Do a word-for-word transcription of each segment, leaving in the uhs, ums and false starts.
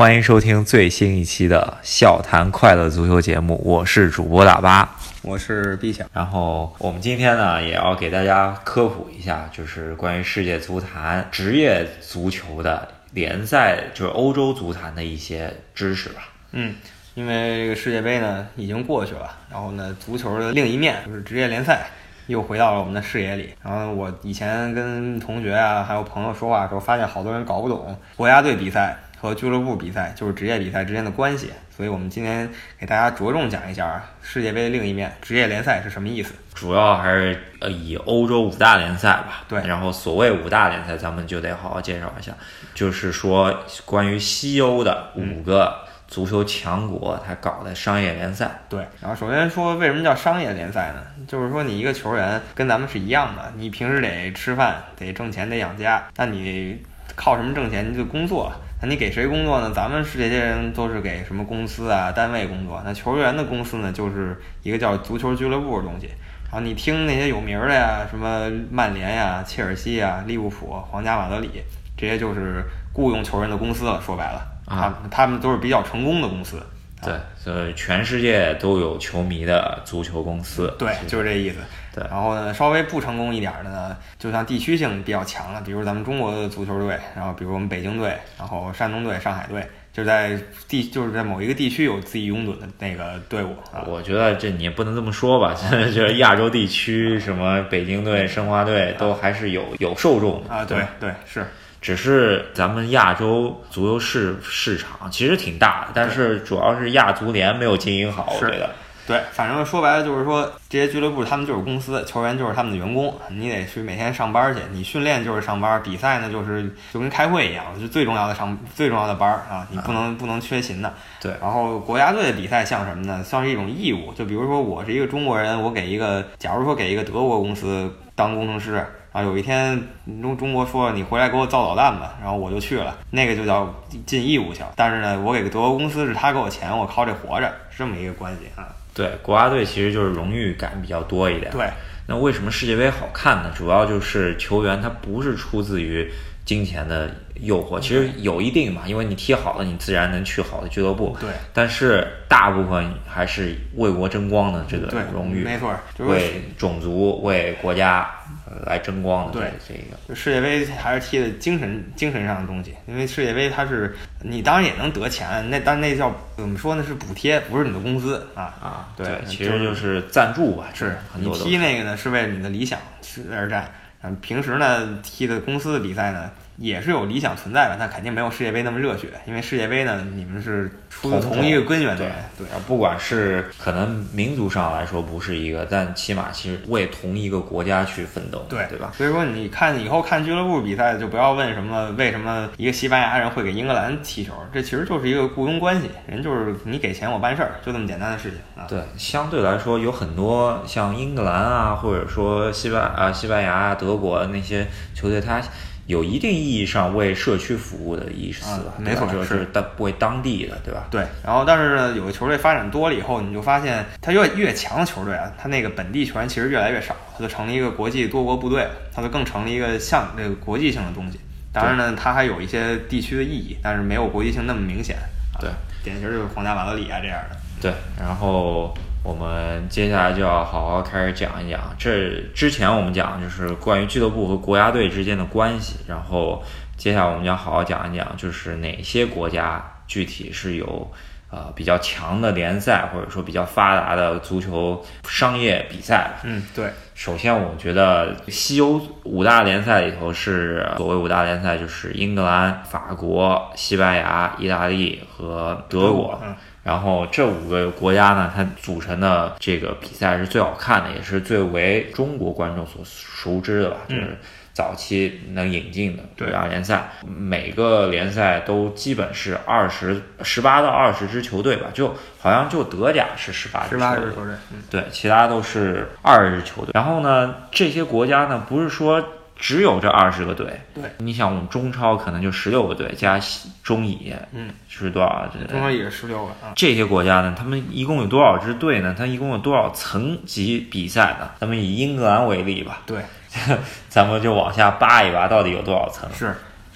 欢迎收听最新一期的笑谈快乐足球节目，我是主播喇叭， 我是毕强。 然后我们今天呢，也要给大家科普一下，就是关于世界足坛职业足球的联赛，就是欧洲足坛的一些知识吧。 嗯，因为这个世界杯呢已经过去了，然后呢，足球的另一面就是职业联赛又回到了我们的视野里。然后我以前跟同学啊还有朋友说话的时候，发现好多人搞不懂国家队比赛和俱乐部比赛，就是职业比赛之间的关系。所以我们今天给大家着重讲一下世界杯另一面，职业联赛是什么意思。 主要还是呃以欧洲五大联赛吧。 对。 然后所谓五大联赛，咱们就得好好介绍一下，就是说关于西欧的五个足球强国他搞的商业联赛。 对。然后首先说为什么叫商业联赛呢？就是说你一个球员跟咱们是一样的，你平时得吃饭，得挣钱，得养家，那你靠什么挣钱？你就工作。那你给谁工作呢？咱们世界界人都是给什么公司啊、单位工作。那球员的公司呢，就是一个叫足球俱乐部的东西。然后你听那些有名的呀，什么曼联呀、切尔西呀、利物浦、皇家马德里，这些就是雇佣球员的公司了。说白了啊，他们都是比较成功的公司。 对，所以全世界都有球迷的足球公司。 对，就是这意思。 对， 然后呢，稍微不成功一点的呢，就像地区性比较强的，比如咱们中国的足球队，然后比如我们北京队，然后山东队、上海队，就在地就是在某一个地区有自己拥趸的那个队伍啊。 我觉得这你也不能这么说吧，就是亚洲地区什么北京队、申花队都还是有有受众的啊。对对是。 只是咱们亚洲足球市市场其实挺大的，但是主要是亚足联没有经营好，我觉得。 对，反正说白了就是说，这些俱乐部他们就是公司，球员就是他们的员工，你得去每天上班去，你训练就是上班，比赛呢就是就跟开会一样，是最重要的上最重要的班啊，你不能、啊、不能缺勤的。 对。 然后国家队的比赛像什么呢？像是一种义务，就比如说我是一个中国人，我给一个，假如说给一个德国公司当工程师。然后有一天中中国说你回来给我造导弹吧，然后我就去了，那个就叫尽义务去。但是呢，我给个德国公司是他给我钱，我靠这活着，是这么一个关系啊。 对，国家队其实就是荣誉感比较多一点。 对。 那为什么世界杯好看呢？主要就是球员他不是出自于金钱的诱惑，其实有一定嘛，因为你踢好了，你自然能去好的俱乐部。 对。 但是大部分还是为国争光的这个荣誉， 没错，就是、 为种族、为国家来争光的。 对， 这个就世界杯还是踢的精神精神上的东西，因为世界杯它是你当然也能得钱，那但那叫怎么说呢？是补贴，不是你的工资啊啊。 对， 对其实就是赞助吧。 是很多你踢那个呢，是为了你的理想而战。嗯，平时呢踢的公司的比赛呢，也是有理想存在的，但肯定没有世界杯那么热血，因为世界杯呢，你们是出自同一个根源的人。 对，对，不管是可能民族上来说不是一个，但起码其实为同一个国家去奋斗， 对对吧？ 所以说你看以后看俱乐部比赛，就不要问什么为什么一个西班牙人会给英格兰踢球，这其实就是一个雇佣关系，人就是你给钱我办事儿，就这么简单的事情啊。 对，相对来说有很多像英格兰啊，或者说西班啊、西班牙啊、德国那些球队，它有一定意义上为社区服务的意思吧、 啊，没错， 就是当为当地的，对吧？ 对。然后，但是呢，有的球队发展多了以后，你就发现，它越越强的球队啊，它那个本地球员其实越来越少，它就成了一个国际多国部队，它就更成了一个像这个国际性的东西。当然呢，它还有一些地区的意义，但是没有国际性那么明显。 对， 啊、典型就是皇家马德里啊这样的。 对，然后我们接下来就要好好开始讲一讲，这之前我们讲就是关于俱乐部和国家队之间的关系，然后接下来我们将好好讲一讲，就是哪些国家具体是有呃比较强的联赛，或者说比较发达的足球商业比赛。 嗯，对。 首先我觉得西欧五大联赛里头是所谓五大联赛，就是英格兰、法国、西班牙、意大利和德国。 嗯。 然后这五个国家呢，它组成的这个比赛是最好看的，也是最为中国观众所熟知的吧， 嗯、 就是早期能引进的五大联赛。每个联赛都基本是二十十八到二十支球队吧，就好像就德甲是十八支球队， 球队、嗯， 对，其他都是二十支球队。然后呢，这些国家呢，不是说只有这二十个队， 对， 你想我们中超可能就十六个队加中乙， 嗯， 是多少？ 中超也是十六个啊。 这些国家呢，他们一共有多少支队呢？它一共有多少层级比赛呢？咱们以英格兰为例吧， 对， 咱们就往下扒一扒，到底有多少层？ 是。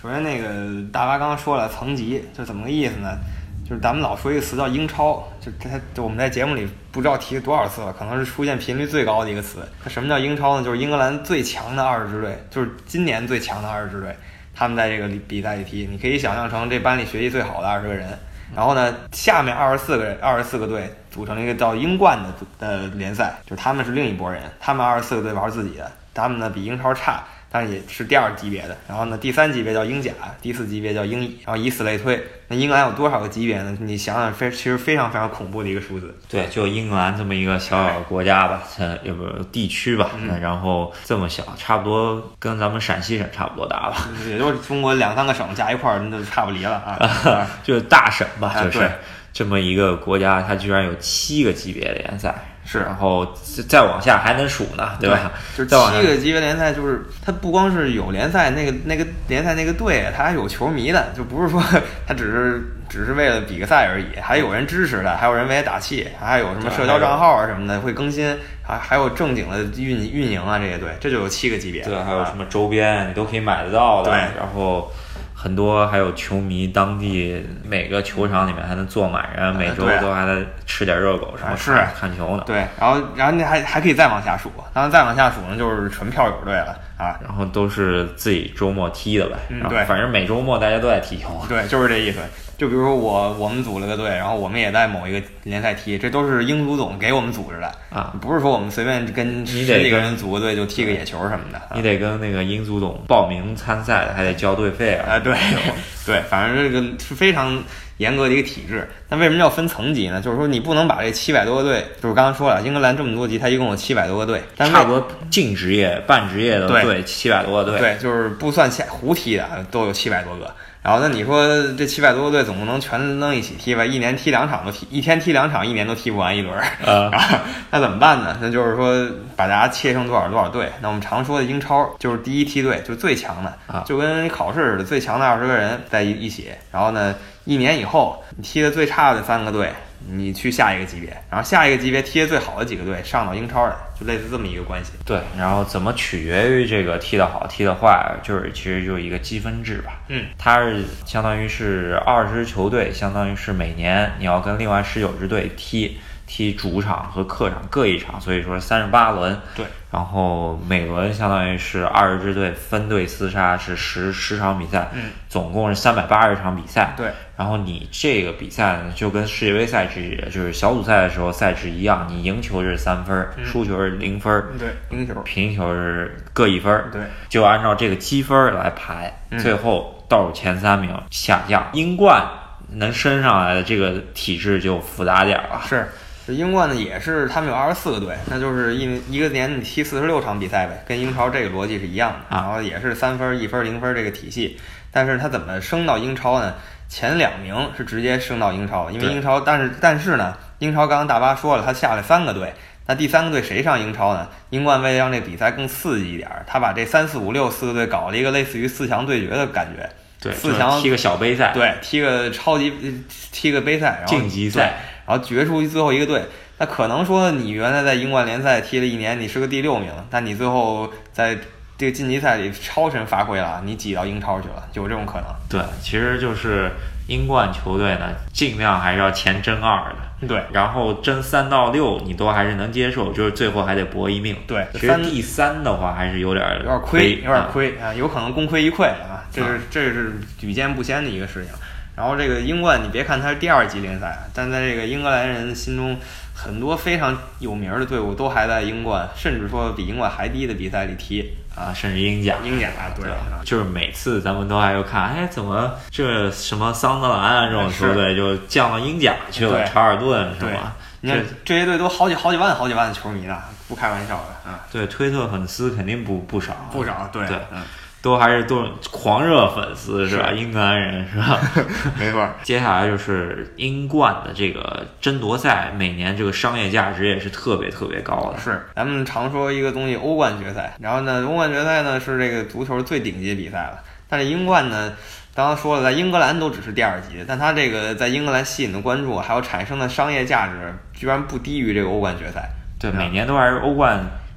首先那个大巴刚刚说了层级，就怎么个意思呢？就是咱们老说一个词叫英超，就它就我们在节目里不知道提了多少次了，可能是出现频率最高的一个词。它什么叫英超呢？就是英格兰最强的二十支队，就是今年最强的二十支队，他们在这个比赛里踢。你可以想象成这班里学习最好的二十个人，然后呢，下面二十四个人，二十四个队组成了一个叫英冠的的联赛，就是他们是另一拨人，他们二十四个队玩自己的，他们呢比英超差。但是也是第二级别的，然后呢，第三级别叫英甲，第四级别叫英乙，然后以此类推。那英格兰有多少个级别呢？你想想，非其实非常非常恐怖的一个数字。 对，就英格兰这么一个小小的国家吧，呃，也不地区吧， 嗯、 然后这么小，差不多跟咱们陕西省差不多大吧， 也就是中国两三个省加一块儿，那就差不离了啊， 就是大省吧， 啊、 就是这么一个国家，它居然有七个级别的联赛。 是， 然后再往下还能数呢，对吧？ 对就是七个级别联赛，就是它不光是有联赛那个那个联赛那个队，它还有球迷的，就不是说它只是只是为了比个赛而已，还有人支持它，还有人为它打气，还有什么社交账号啊什么的会更新，还还有正经的运运营啊这些队，这就有七个级别。 对，还有什么周边、啊、你都可以买得到的， 对， 然后。很多还有球迷，当地每个球场里面还能坐满人，每周都还能吃点热狗什么， 是看球呢。 对，然后然后你还还可以再往下数，当然再往下数呢就是纯票友队了啊， 然后都是自己周末踢的呗， 嗯，对， 反正每周末大家都在踢球， 对，就是这意思。就比如说我我们组了个队，然后我们也在某一个联赛踢，这都是英足总给我们组织的啊， 不是说我们随便跟十几个人组个队就踢个野球什么的。 你得跟那个英足总报名参赛的，还得交队费啊。 啊，对对，反正这个是非常严格的一个体制。那为什么要分层级呢？就是说你不能把这七百多个队，就是刚刚说了，英格兰这么多级，它一共有七百多个队，但差不多净职业、半职业的队七百多个队。 对，就是不算下胡踢的都有七百多个。然后那你说这七百多个队总不能全扔一起踢吧？一年踢两场都踢，一天踢两场，一年都踢不完一轮。 呃、 啊，那怎么办呢？那就是说把大家切成多少多少队。那我们常说的英超就是第一梯队，就是最强的， 啊、 就跟考试似的，最强的二十个人在一起。然后呢，一年以后你踢的最差的三个队，你去下一个级别，然后下一个级别踢的最好的几个队上到英超来，就类似这么一个关系。 对，然后怎么取决于这个踢得好踢得坏，就是其实就是一个积分制吧。 嗯， 它是相当于是二十支球队，相当于是每年你要跟另外十九支队踢踢主场和客场各一场，所以说三十八轮。 对， 然后每轮相当于是二十支队分队厮杀，是十十场比赛， 嗯， 总共是三百八十场比赛。 对， 然后你这个比赛呢，就跟世界杯赛制，就是小组赛的时候赛制一样，你赢球是三分， 嗯、 输球是零分， 对，赢球平球是各一分， 对， 就按照这个积分来排， 嗯、 最后倒数前三名下降。英冠能升上来的这个体制就复杂点了， 是。这英冠呢也是他们有二十四个队，那就是一一个年你踢四十六场比赛呗，跟英超这个逻辑是一样的，然后也是三分、一分、零分这个体系。但是它怎么升到英超呢？前两名是直接升到英超，因为英超，但是但是呢，英超刚刚大巴说了，他下了三个队，那第三个队谁上英超呢？英冠为了让这比赛更刺激一点，他把这三四五六四个队搞了一个类似于四强对决的感觉。 对， 四强踢个小杯赛， 对，踢个超级踢个杯赛，然后晋级赛， 然后决出最后一个队。那可能说你原来在英冠联赛踢了一年，你是个第六名，但你最后在这个晋级赛里超神发挥了，你挤到英超去了，就有这种可能。 对，其实就是英冠球队呢，尽量还是要前争二的， 对， 然后争三到六你都还是能接受，就是最后还得搏一命。 对， 其实第三的话还是有点有点亏，有点亏啊， 有可能功亏一篑啊，这是这是屡见不鲜的一个事情。然后这个英冠，你别看它是第二级联赛，但在这个英格兰人心中，很多非常有名的队伍都还在英冠，甚至说比英冠还低的比赛里踢啊，甚至英甲。 英甲对， 就是每次咱们都还要看，哎，怎么这什么桑德兰啊这种球队就降到英甲去了，查尔顿是吧？ 你看这些队都好几好几万好几万的球迷呢，不开玩笑的啊。 对，推特粉丝肯定不不少， 不少，对对， 嗯。 都还是都狂热粉丝是吧？英格兰人是吧？ 没错。 接下来就是英冠的这个争夺赛，每年这个商业价值也是特别特别高的。 是，咱们常说一个东西，欧冠决赛。然后呢，欧冠决赛呢是这个足球最顶级的比赛了。但是英冠呢，刚刚说了，在英格兰都只是第二级，但它这个在英格兰吸引的关注还有产生的商业价值，居然不低于这个欧冠决赛。 对，每年都还是欧冠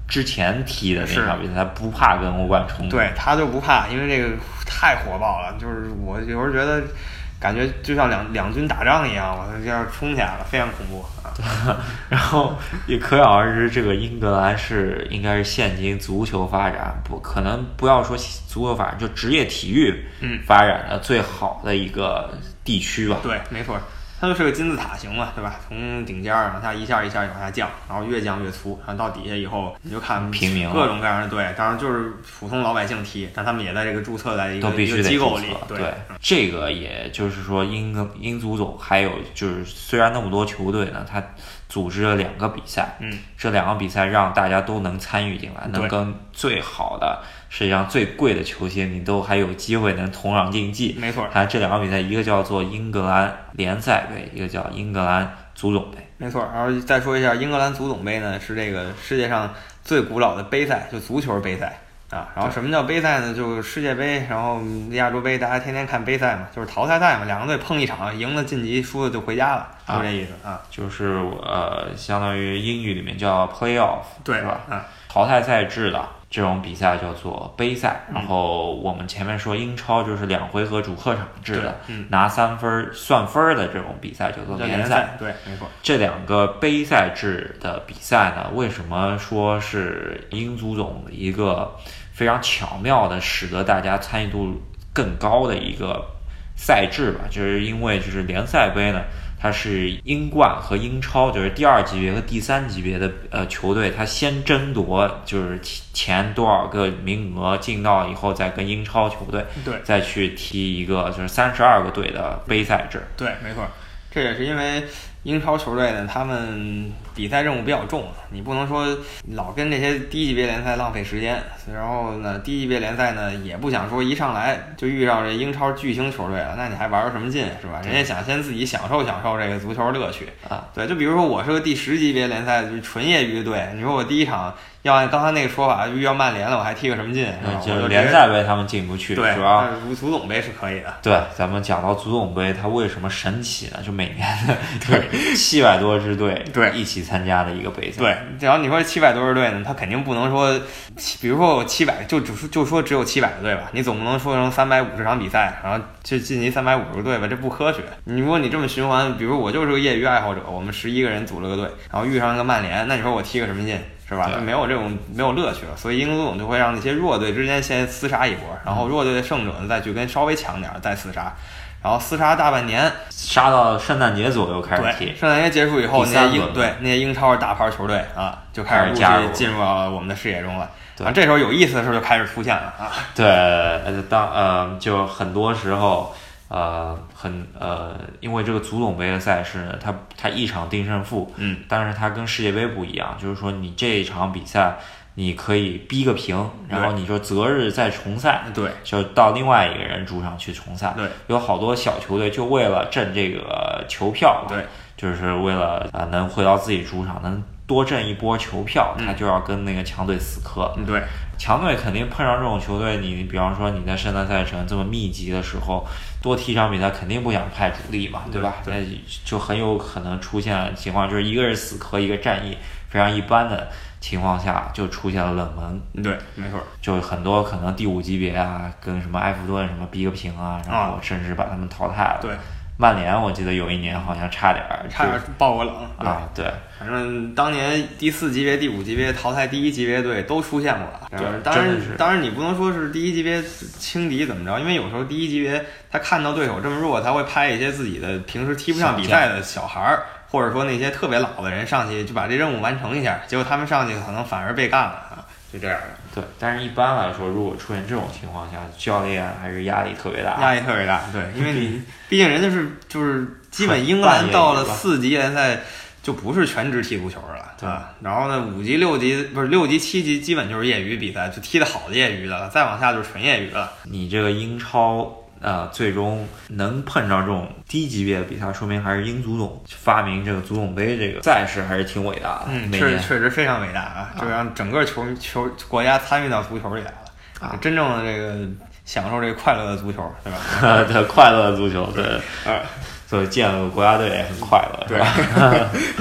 之前踢的那场比赛，他不怕跟欧冠冲突。 对，他就不怕，因为这个太火爆了。就是我有时候觉得，感觉就像两两军打仗一样，我这样冲起来了，非常恐怖啊。 然后也可想而知，这个英格兰是应该是现今足球发展不可能不要说足球发展，就职业体育发展的最好的一个地区吧。 嗯、对，没错。它就是个金字塔形嘛，对吧？从顶尖往下一下一下往下降，然后越降越粗，然后到底下以后，你就看平民各种各样的队，当然就是普通老百姓踢，但他们也在这个注册在一个都必须得一个机构里。 对， 对这个也就是说英英足总还有就是虽然那么多球队呢，它组织了两个比赛， 嗯， 这两个比赛让大家都能参与进来，能跟最好的。实际上最贵的球星，你都还有机会能同场竞技。 没错， 看这两个比赛，一个叫做英格兰联赛杯，一个叫英格兰足总杯。 没错，然后再说一下英格兰足总杯呢，是这个世界上最古老的杯赛，就足球杯赛啊。然后什么叫杯赛呢？就是世界杯，然后亚洲杯，大家天天看杯赛嘛，就是淘汰赛嘛，两个队碰一场，赢了晋级，输了就回家了，就这意思啊。 就是呃，相当于英语里面叫 playoff， 对， 是吧？ 啊， 淘汰赛制的。这种比赛叫做杯赛，然后我们前面说英超就是两回合主客场制的， 嗯、 拿三分算分的这种比赛叫做联赛。 对，没错。 这两个杯赛制的比赛呢，为什么说是英足总的一个非常巧妙的使得大家参与度更高的一个赛制吧？就是因为就是联赛杯呢。它是英冠和英超，就是第二级别和第三级别的呃球队，它先争夺就是前多少个名额进到以后，再跟英超球队对再去踢一个就是三十二个队的杯赛制。 对，没错，这也是因为英超球队呢，他们比赛任务比较重，你不能说老跟这些低级别联赛浪费时间。然后呢，低级别联赛呢也不想说一上来就遇上这英超巨星球队了，那你还玩什么劲是吧？人家想先自己享受享受这个足球乐趣啊。 对，就比如说我是个第十级别联赛，就是纯业余队，你说我第一场要按刚才那个说法遇到曼联了，我还踢个什么劲？ 就是联赛杯他们进不去， 对， 主要足总杯是可以的。 对，咱们讲到足总杯，它为什么神奇呢？就每年对七百多支队对一起参加的一个杯赛。 对，然后你说七百多支队呢，他肯定不能说，比如说我七百就只就说只有七百个队吧，你总不能说成三百五十场比赛，然后就晋级三百五十个队吧，这不科学。你如果你这么循环，比如我就是个业余爱好者，我们十一个人组了个队，然后遇上一个曼联，那你说我踢个什么劲？是吧？就没有这种没有乐趣了，所以英足总就会让那些弱队之间先厮杀一波，然后弱队的胜者呢再去跟稍微强点再厮杀，然后厮杀大半年， 杀到圣诞节左右开始踢。 圣诞节结束以后，那些英对那些英超大牌球队啊就开始陆续进入到我们的视野中了。然后这时候有意思的事就开始出现了啊。 对，当呃就很多时候。呃，很呃，因为这个足总杯的赛事呢，它它一场定胜负， 嗯， 但是它跟世界杯不一样，就是说你这一场比赛你可以逼个平，然后你就择日再重赛， 对， 就到另外一个人主场去重赛， 对， 有好多小球队就为了挣这个球票， 对， 就是为了啊、呃、能回到自己主场能多挣一波球票，他就要跟那个强队死磕， 嗯，对。 强队肯定碰上这种球队，你比方说你在圣诞赛程这么密集的时候，多踢场比赛肯定不想派主力嘛，对吧？ 对， 那就很有可能出现情况，就是一个是死磕，一个战役非常一般的情况下，就出现了冷门。 对，没错， 就很多可能第五级别啊，跟什么埃弗顿什么逼个平啊，然后甚至把他们淘汰了。 对。 曼联我记得有一年好像差点差点爆过冷啊，对， 反正当年第四级别、第五级别淘汰第一级别队都出现过了。 对， 当然，当然你不能说是第一级别轻敌怎么着，因为有时候第一级别他看到对手这么弱，他会派一些自己的平时踢不上比赛的小孩儿，或者说那些特别老的人上去就把这任务完成一下，结果他们上去可能反而被干了啊，就这样的。 对，但是一般来说，如果出现这种情况下，教练还是压力特别大， 压力特别大。对，因为你毕竟人家是就是基本英格兰到了四级联赛就不是全职踢足球了， 对啊。然后呢，五级、六级不是六级、七级基本就是业余比赛，就踢得好的业余的了，再往下就是纯业余了。 你这个英超。呃，最终能碰上这种低级别的比赛，说明还是英足总发明这个足总杯这个赛事还是挺伟大的。 嗯，确实确实非常伟大啊！就让整个球球国家参与到足球里来了啊， 真正的这个享受这个快乐的足球，对吧？ 对，快乐的足球，对， 啊， 所以建了个国家队也很快乐， 对是吧？ 是。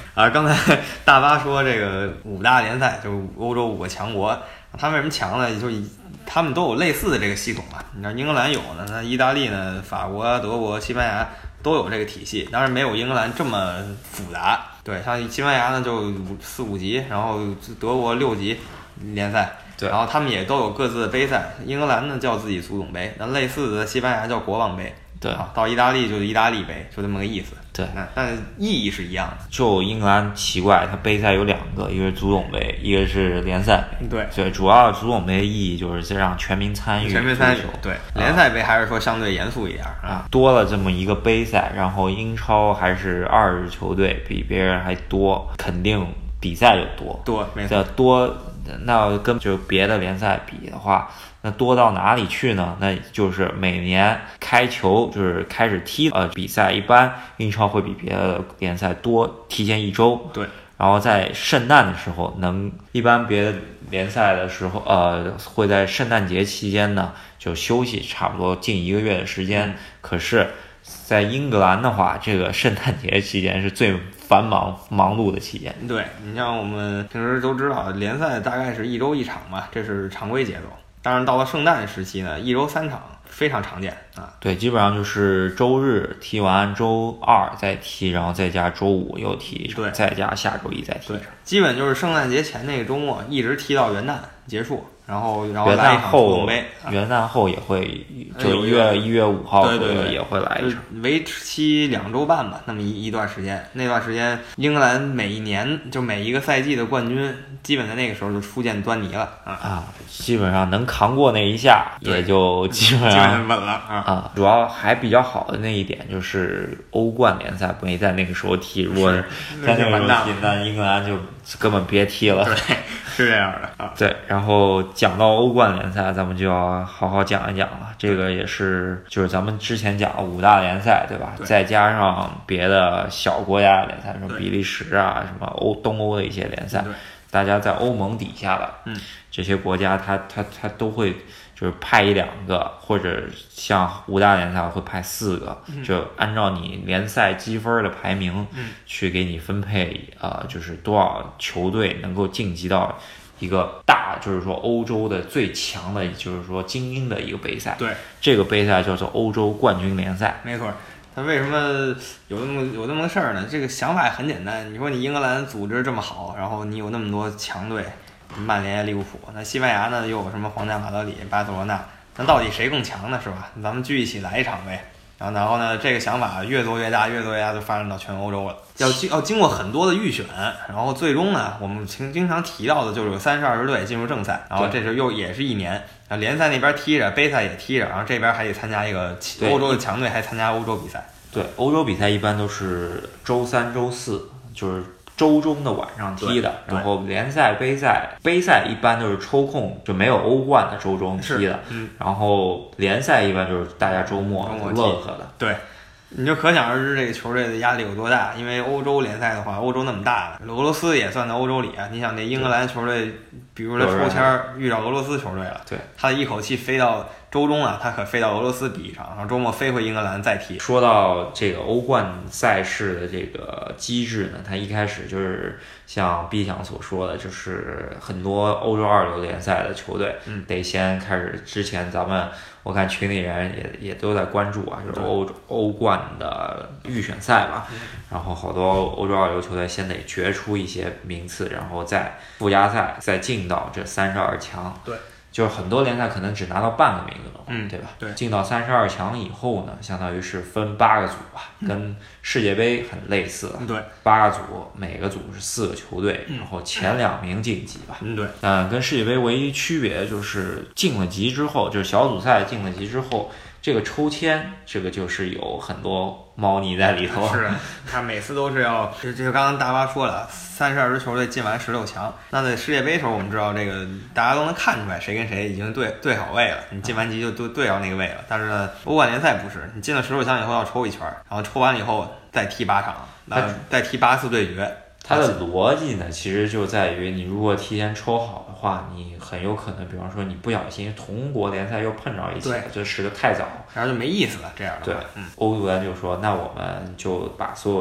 啊，刚才大巴说这个五大联赛就是欧洲五个强国，他们为什么强呢？就是他们都有类似的这个系统嘛。你知道英格兰有呢，那意大利呢、法国、德国、西班牙都有这个体系，当然没有英格兰这么复杂。对，像西班牙呢就五四五级，然后德国六级联赛。 对， 然后他们也都有各自的杯赛，英格兰呢叫自己足总杯，那类似的西班牙叫国王杯， 对， 啊，到意大利就是意大利杯，就这么个意思。 对， 那但意义是一样的。 就英格兰奇怪，它杯赛有两个，一个是足总杯，一个是联赛杯。 对， 所以主要足总杯的意义就是让全民参与， 全民参与。对， 啊、 联赛杯还是说相对严肃一点啊，多了这么一个杯赛，然后英超还是二十球队，比别人还多，肯定比赛就多。 多，没错， 多。那跟就是别的联赛比的话，那多到哪里去呢？那就是每年开球就是开始踢呃比赛，一般英超会比别的联赛多提前一周。 对， 然后在圣诞的时候能，一般别的联赛的时候呃会在圣诞节期间呢就休息差不多近一个月的时间。 嗯、 可是，在英格兰的话，这个圣诞节期间是最繁忙忙碌的期间。 对，你像我们平时都知道，联赛大概是一周一场嘛，这是常规节奏。当然到了圣诞时期呢，一周三场非常常见啊。 对，基本上就是周日踢完，周二再踢，然后再加周五又踢， 对， 再加下周一再踢。 对，基本就是圣诞节前那个周末一直踢到元旦结束。然后，然后来一场足总杯， 元旦后也会，就一月一月五号左右也会来一场， 为期两周半吧，那么一一段时间。那段时间，英格兰每一年就每一个赛季的冠军，基本在那个时候就初见端倪了啊啊，基本上能扛过那一下，也就基本上稳了啊啊。主要还比较好的那一点就是欧冠联赛没在那个时候踢，如果在那个时候踢，那英格兰就根本别踢了。 对，是这样的啊。 对，然后讲到欧冠联赛，咱们就要好好讲一讲了。这个也是，就是咱们之前讲的五大联赛，对吧？ 对， 再加上别的小国家的联赛，什么比利时啊，什么欧东欧的一些联赛，大家在欧盟底下的， 嗯， 这些国家它，它它它都会就是派一两个，或者像五大联赛会派四个， 嗯、 就按照你联赛积分的排名， 嗯， 去给你分配，呃，就是多少球队能够晋级到一个大，就是说欧洲的最强的，就是说精英的一个杯赛。 对， 这个杯赛叫做欧洲冠军联赛。 没错。它为什么有那么有那么个事儿呢？这个想法也很简单。你说你英格兰组织这么好，然后你有那么多强队，曼联、利物浦，那西班牙呢又有什么皇家马德里、巴塞罗那？那到底谁更强呢？是吧？咱们聚一起来一场呗。然后，然后呢？这个想法越做越大，越做越大，就发展到全欧洲了。要经要经过很多的预选，然后最终呢，我们经经常提到的就是有三十二支队进入正赛，然后这时候又也是一年，啊，联赛那边踢着，杯赛也踢着，然后这边还得参加一个欧洲的强队，还参加欧洲比赛。 对，欧洲比赛一般都是周三、周四，就是周中的晚上踢的，然后联赛、杯赛，杯赛一般都是抽空就没有欧冠的周中踢的， 嗯， 然后联赛一般就是大家周末乐呵的， 对。你就可想而知这个球队的压力有多大，因为欧洲联赛的话，欧洲那么大，俄罗斯也算在欧洲里啊。你想那英格兰球队，比如说抽签遇到俄罗斯球队了， 对， 他一口气飞到周中啊，他可飞到俄罗斯比一场，然后周末飞回英格兰再踢。 说到这个欧冠赛事的这个机制呢，它一开始就是像 B 强所说的，就是很多欧洲二流联赛的球队， 嗯， 得先开始之前咱们。我看群里人也也都在关注啊，就是欧欧冠的预选赛吧，然后好多欧洲二流球队先得决出一些名次，然后在附加赛再进到这三十二强。 对， 就是很多联赛可能只拿到半个名额的话， 嗯， 对吧？ 对， 进到三十二强以后呢，相当于是分八个组吧， 嗯、 跟世界杯很类似。 对， 八个组，每个组是四个球队，然后前两名晋级吧。 嗯，对。 嗯，跟世界杯唯一区别就是进了级之后，就是小组赛进了级之后，这个抽签，这个就是有很多猫腻在里头。 是，他每次都是要，就就刚刚大巴说了，三十二支球队进完十六强。那在世界杯时候，我们知道这个大家都能看出来谁跟谁已经对对好位了，你进完级就对对到那个位了。但是呢，欧冠联赛不是，你进了十六强以后要抽一圈，然后抽完了以后再踢八场，那再踢八次对决。 它的逻辑呢，其实就在于你如果提前抽好的话，你很有可能，比方说你不小心同国联赛又碰着一起，就时得太早， 然后就没意思了。这样的对， 嗯， 欧足联就说，那我们就把所有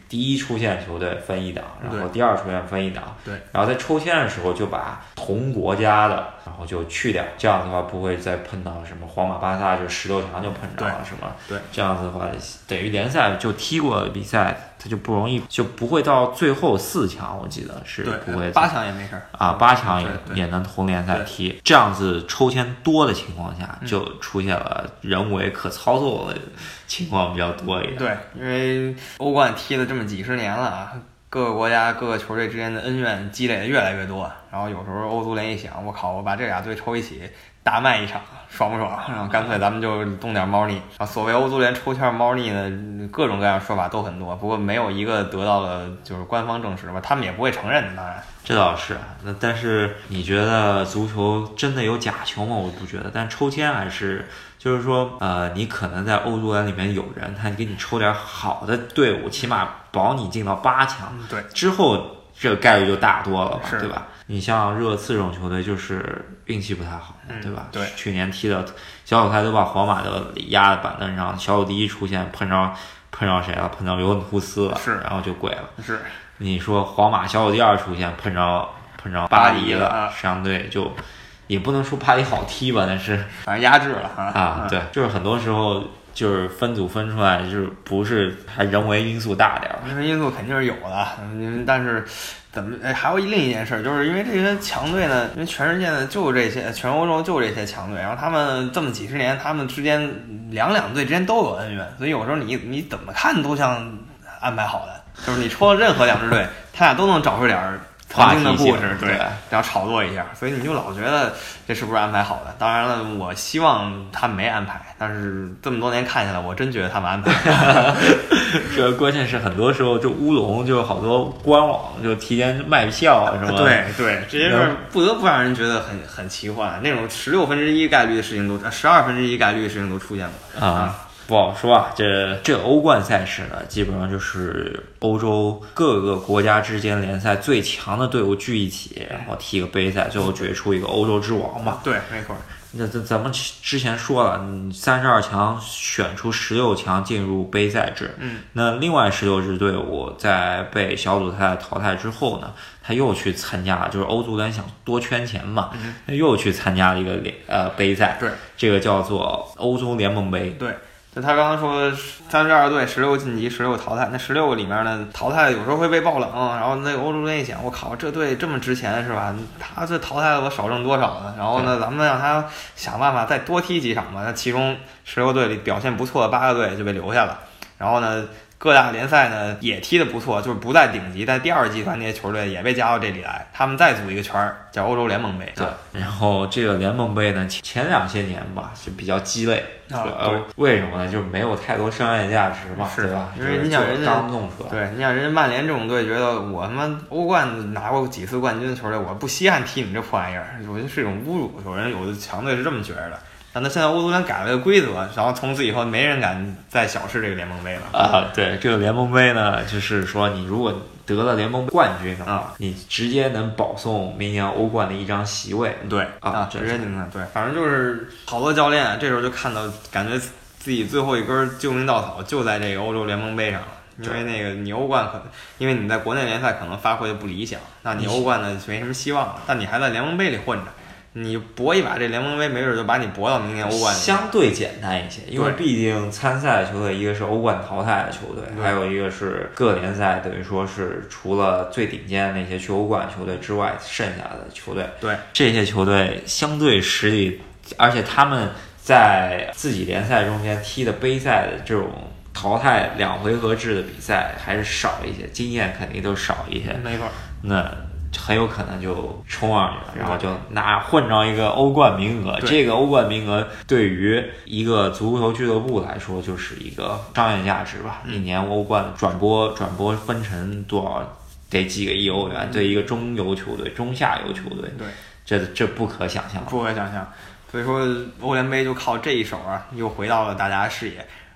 第一出现球队分一档，然后第二出现分一档， 对， 然后在抽签的时候就把同国家的，然后就去掉，这样子的话不会再碰到什么皇马、巴萨就十六强就碰着了什么， 对， 这样子的话等于联赛就踢过的比赛，它就不容易就不会到最后四强，我记得是不会， 八强也没事啊，八强也也能同联赛踢，这样子抽签多的情况下，就出现了人为可操作的情况比较多一点。 对，因为欧冠踢了这么几十年了啊，各个国家各个球队之间的恩怨积累的越来越多，然后有时候欧足联一想，我靠，我把这俩队抽一起大卖一场，爽不爽？然后干脆咱们就动点猫腻啊。所谓欧足联抽签猫腻呢，各种各样说法都很多，不过没有一个得到了就是官方证实吧，他们也不会承认，当然。 这倒是，那但是你觉得足球真的有假球吗？我不觉得，但抽签还是，就是说，呃，你可能在欧足联里面有人，他给你抽点好的队伍，起码保你进到八强， 对， 之后这个概率就大多了吧， 是对吧？你像热刺这种球队，就是运气不太好， 嗯、 对吧？ 对， 去年踢的小组赛都把皇马都压在板凳上，小组第一出现碰着碰着谁了？碰着尤文图斯了， 是， 然后就跪了， 是。 你说皇马小组第二出现碰着碰着巴黎了， 啊、 相对就也不能说巴黎好踢吧，但是反正压制了啊啊，对，就是很多时候就是分组分出来，就是不是还人为因素大点儿， 人为因素肯定是有的，嗯，但是怎么哎，还有另一件事，就是因为这些强队呢，因为全世界呢就这些，全欧洲就这些强队，然后他们这么几十年，他们之间两两队之间都有恩怨，所以有时候你你怎么看都像安排好的。就是你抽了任何两支队，他俩都能找出点曾经的故事，对，然后炒作一下，所以你就老觉得这是不是安排好的？当然了，我希望他没安排，但是这么多年看下来，我真觉得他们安排。 这关键是很多时候就乌龙，就好多官网就提前卖票啊什么。 对对，这些事儿不得不让人觉得很很奇幻。那种十六分之一概率的事情都，十二分之一概率的事情都出现过啊。不好说啊，这这个欧冠赛事呢，基本上就是欧洲各个国家之间联赛最强的队伍聚一起，然后踢个杯赛，最后决出一个欧洲之王嘛。 对，没错。 那咱咱们之前说了，三十二强选出十六强进入杯赛制。 嗯。 那另外十六支队伍在被小组赛淘汰之后呢，他又去参加，就是欧足联想多圈钱嘛， 嗯、 他又去参加了一个联呃杯赛。 对。 这个叫做欧洲联盟杯。 对。就他刚刚说三十二队十六晋级十六淘汰，那十六个里面呢，淘汰有时候会被爆冷，然后那个欧洲队一想，我靠，这队这么值钱是吧？他这淘汰了我少挣多少呢？然后呢，咱们让他想办法再多踢几场吧。那其中十六队里表现不错的八个队就被留下了，然后呢，各大联赛呢也踢得不错，就是不在顶级，在第二集团那些球队也被加到这里来，他们再组一个圈儿，叫欧洲联盟杯。 对，然后这个联盟杯呢，前两些年吧是比较鸡肋。 啊， 呃，为什么呢？就是没有太多商业价值嘛， 是对吧？ 因为你想人家刚弄出来， 对，你想人家曼联这种队，觉得我他妈欧冠拿过几次冠军的球队，我不稀罕踢你这破玩意儿，我觉得是一种侮辱。有人有的强队是这么觉得的。但他现在欧足联改了个规则，然后从此以后没人敢再小视这个联盟杯了啊。对，这个联盟杯呢，就是说你如果得了联盟冠军的话， 啊、 你直接能保送明年欧冠的一张席位。 对啊， 直接就能对，反正就是好多教练这时候就看到，感觉自己最后一根救命稻草就在这个欧洲联盟杯上了。因为那个你欧冠可能，因为你在国内联赛可能发挥的不理想，那你欧冠呢没什么希望了，但你还在联盟杯里混着。你搏一把这联盟杯，没准就把你搏到明年欧冠。 相对简单一些，因为毕竟参赛的球队，一个是欧冠淘汰的球队，还有一个是各联赛，等于说是除了最顶尖的那些去欧冠球队之外，剩下的球队。 对， 这些球队相对实力，而且他们在自己联赛中间踢的杯赛的这种淘汰两回合制的比赛还是少一些，经验肯定都少一些。 没错， 那很有可能就冲上去了，然后就拿混着一个欧冠名额。这个欧冠名额对于一个足球俱乐部来说就是一个商业价值吧。 嗯、 一年欧冠转播转播分成多少，得几个亿欧元， 嗯、 对一个中游球队、中下游球队， 对， 这这不可想象， 不可想象。所以说欧联杯就靠这一手啊，又回到了大家的视野。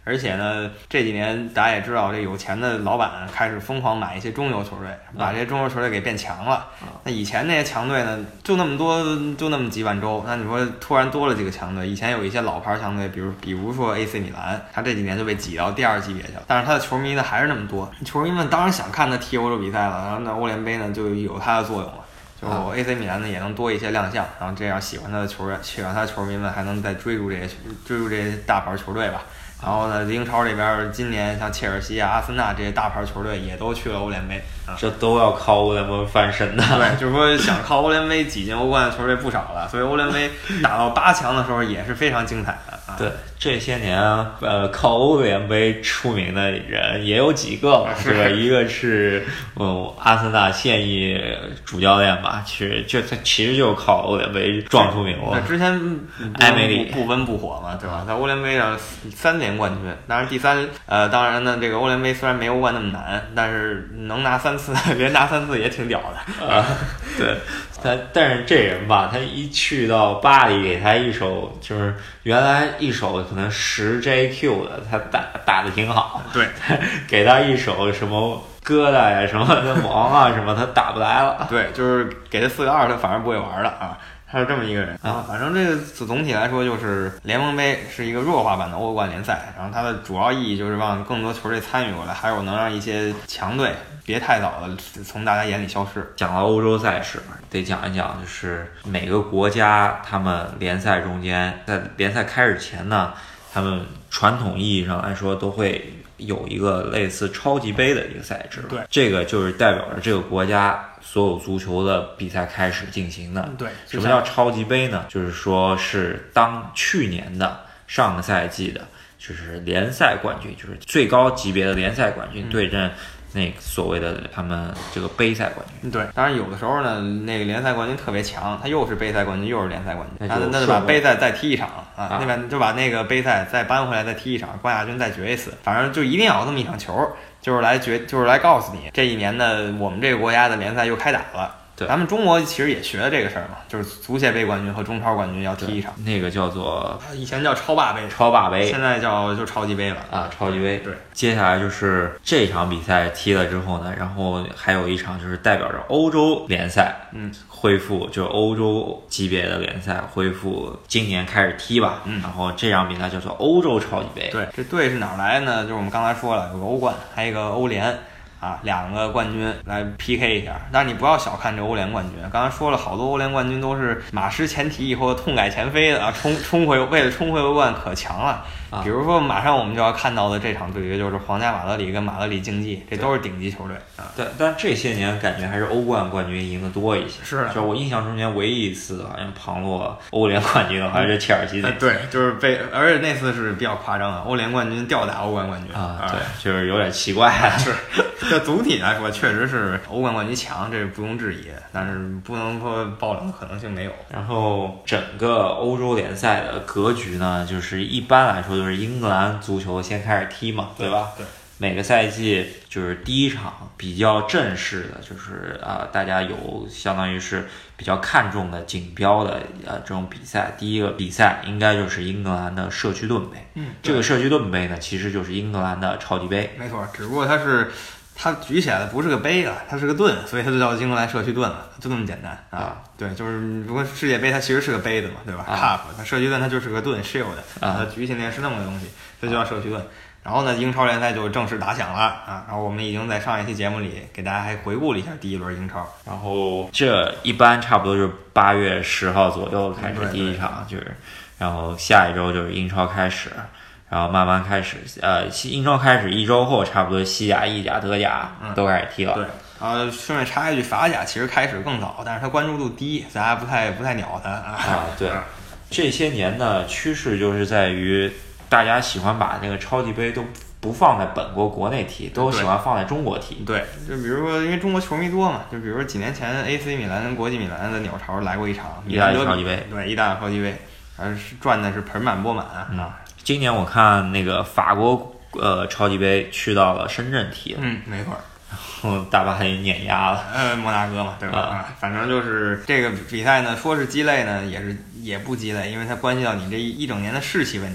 而且呢，这几年大家也知道，这有钱的老板开始疯狂买一些中游球队，把这些中游球队给变强了。那以前那些强队呢，就那么多，就那么几碗粥。那你说突然多了几个强队，以前有一些老牌强队，比如比如说 A C 米兰，他这几年就被挤到第二级别去了。但是他的球迷呢还是那么多，球迷们当然想看他踢欧洲比赛了，然后那欧联杯呢就有它的作用了。就 A C 米兰呢也能多一些亮相，然后这样喜欢他的球员、喜欢他的球迷们还能再追逐这些追逐这些大牌球队吧。然后呢，英超这边今年像切尔西啊、阿森纳这些大牌球队也都去了欧联杯，啊、 这都要靠欧联杯翻身的。 对，就是说想靠欧联杯挤进欧冠的球队不少了，所以欧联杯打到八强的时候也是非常精彩的。啊、 对，这些年呃靠欧联杯出名的人也有几个嘛，对吧？一个是嗯阿森纳现役主教练吧，其实就他其实就靠欧联杯撞出名了。 之前埃梅里不温不火嘛，对吧？在欧联杯上三连冠军，当然第三呃，当然呢，这个欧联杯虽然没欧冠那么难，但是能拿三次，连拿三次也挺屌的啊。对，他但是这人吧，他一去到巴黎，给他一手就是原来一手可能十 J Q 的，他打打的挺好。 对， 给他一手什么疙瘩呀、什么的王啊什么，他打不来了。 对，就是给他四个二，他反而不会玩了啊。他是这么一个人啊，反正这个总体来说就是联盟杯是一个弱化版的欧冠联赛，然后它的主要意义就是让更多球队参与过来，还有能让一些强队别太早的从大家眼里消失。 讲到欧洲赛事，得讲一讲，就是每个国家他们联赛中间，在联赛开始前呢，他们传统意义上来说都会有一个类似超级杯的一个赛制。 对， 这个就是代表着这个国家所有足球的比赛开始进行的。 对， 什么叫超级杯呢？就是说是当去年的上个赛季的，就是联赛冠军，就是最高级别的联赛冠军对阵那所谓的他们这个杯赛冠军。 对，当然有的时候呢，那个联赛冠军特别强，他又是杯赛冠军又是联赛冠军， 那就那就把杯赛再踢一场啊， 啊那边就把那个杯赛再搬回来再踢一场，冠亚军再决一次，反正就一定要有这么一场球，就是来决，就是来告诉你这一年呢，我们这个国家的联赛又开打了。 对， 咱们中国其实也学了这个事儿嘛，就是足协杯冠军和中超冠军要踢一场， 那个叫做以前叫超霸杯， 超霸杯， 现在叫就超级杯了啊，超级杯。 对， 接下来就是这场比赛踢了之后呢，然后还有一场就是代表着欧洲联赛， 嗯， 恢复就是欧洲级别的联赛恢复，今年开始踢吧， 嗯， 然后这场比赛叫做欧洲超级杯。 对，这队是哪儿来的呢？就是我们刚才说了，有个欧冠，还有一个欧联。啊，两个冠军来 P K 一下，但是你不要小看这欧联冠军。刚才说了好多欧联冠军都是马失前蹄以后痛改前非的啊，冲冲回为了冲回欧冠可强了。比如说，马上我们就要看到的这场对决就是皇家马德里跟马德里竞技，这都是顶级球队啊。 对，但这些年感觉还是欧冠冠军赢得多一些。 是的， 就是我印象中间唯一一次好像旁落欧联冠军的好像是切尔西队、 嗯。对，就是被，而且那次是比较夸张啊，欧联冠军吊打欧冠冠军啊，对，就是有点奇怪。 是，这总体来说确实是欧冠冠军强，这是不容置疑，但是不能说爆冷的可能性没有。 然后整个欧洲联赛的格局呢，就是一般来说就是英格兰足球先开始踢嘛，对吧？ 对。 每个赛季就是第一场比较正式的，就是啊、呃，大家有相当于是比较看重的锦标的呃这种比赛。第一个比赛应该就是英格兰的社区盾杯， 嗯， 这个社区盾杯呢，其实就是英格兰的超级杯。 没错，只不过它是它举起来的不是个杯啊，它是个盾，所以它就叫英格兰社区盾了，就这么简单啊。啊对，就是如果世界杯它其实是个杯子嘛，对吧、啊、？Cup， 它社区盾它就是个盾 ，shield， 它举起来是那么个东西，这就叫社区盾。然后呢，英超联赛就正式打响了啊！然后我们已经在上一期节目里给大家还回顾了一下第一轮英超。 然后这一般差不多就是八月十号左右开始第一场，就是，然后下一周就是英超开始，然后慢慢开始，呃，英超开始一周后，差不多西甲、意甲、德甲都开始踢了。 嗯、对，呃，顺便插一句，法甲其实开始更早，但是它关注度低，大家不太不太鸟它啊。 啊，对，这些年的趋势就是在于。大家喜欢把那个超级杯都不放在本国国内踢，都喜欢放在中国踢。 对，就比如说，因为中国球迷多嘛，就比如说几年前 A C 米兰跟国际米兰的鸟巢来过一场意大利超级杯， 对，意大利超级杯，而是赚的是盆满钵满啊、 嗯。今年我看那个法国呃超级杯去到了深圳踢， 嗯，没错。 然后大巴黎碾压了， 呃，摩纳哥嘛，对吧？啊，反正就是这个比赛呢，说是鸡肋呢，也是也不鸡肋，因为它关系到你这一整年的士气问题。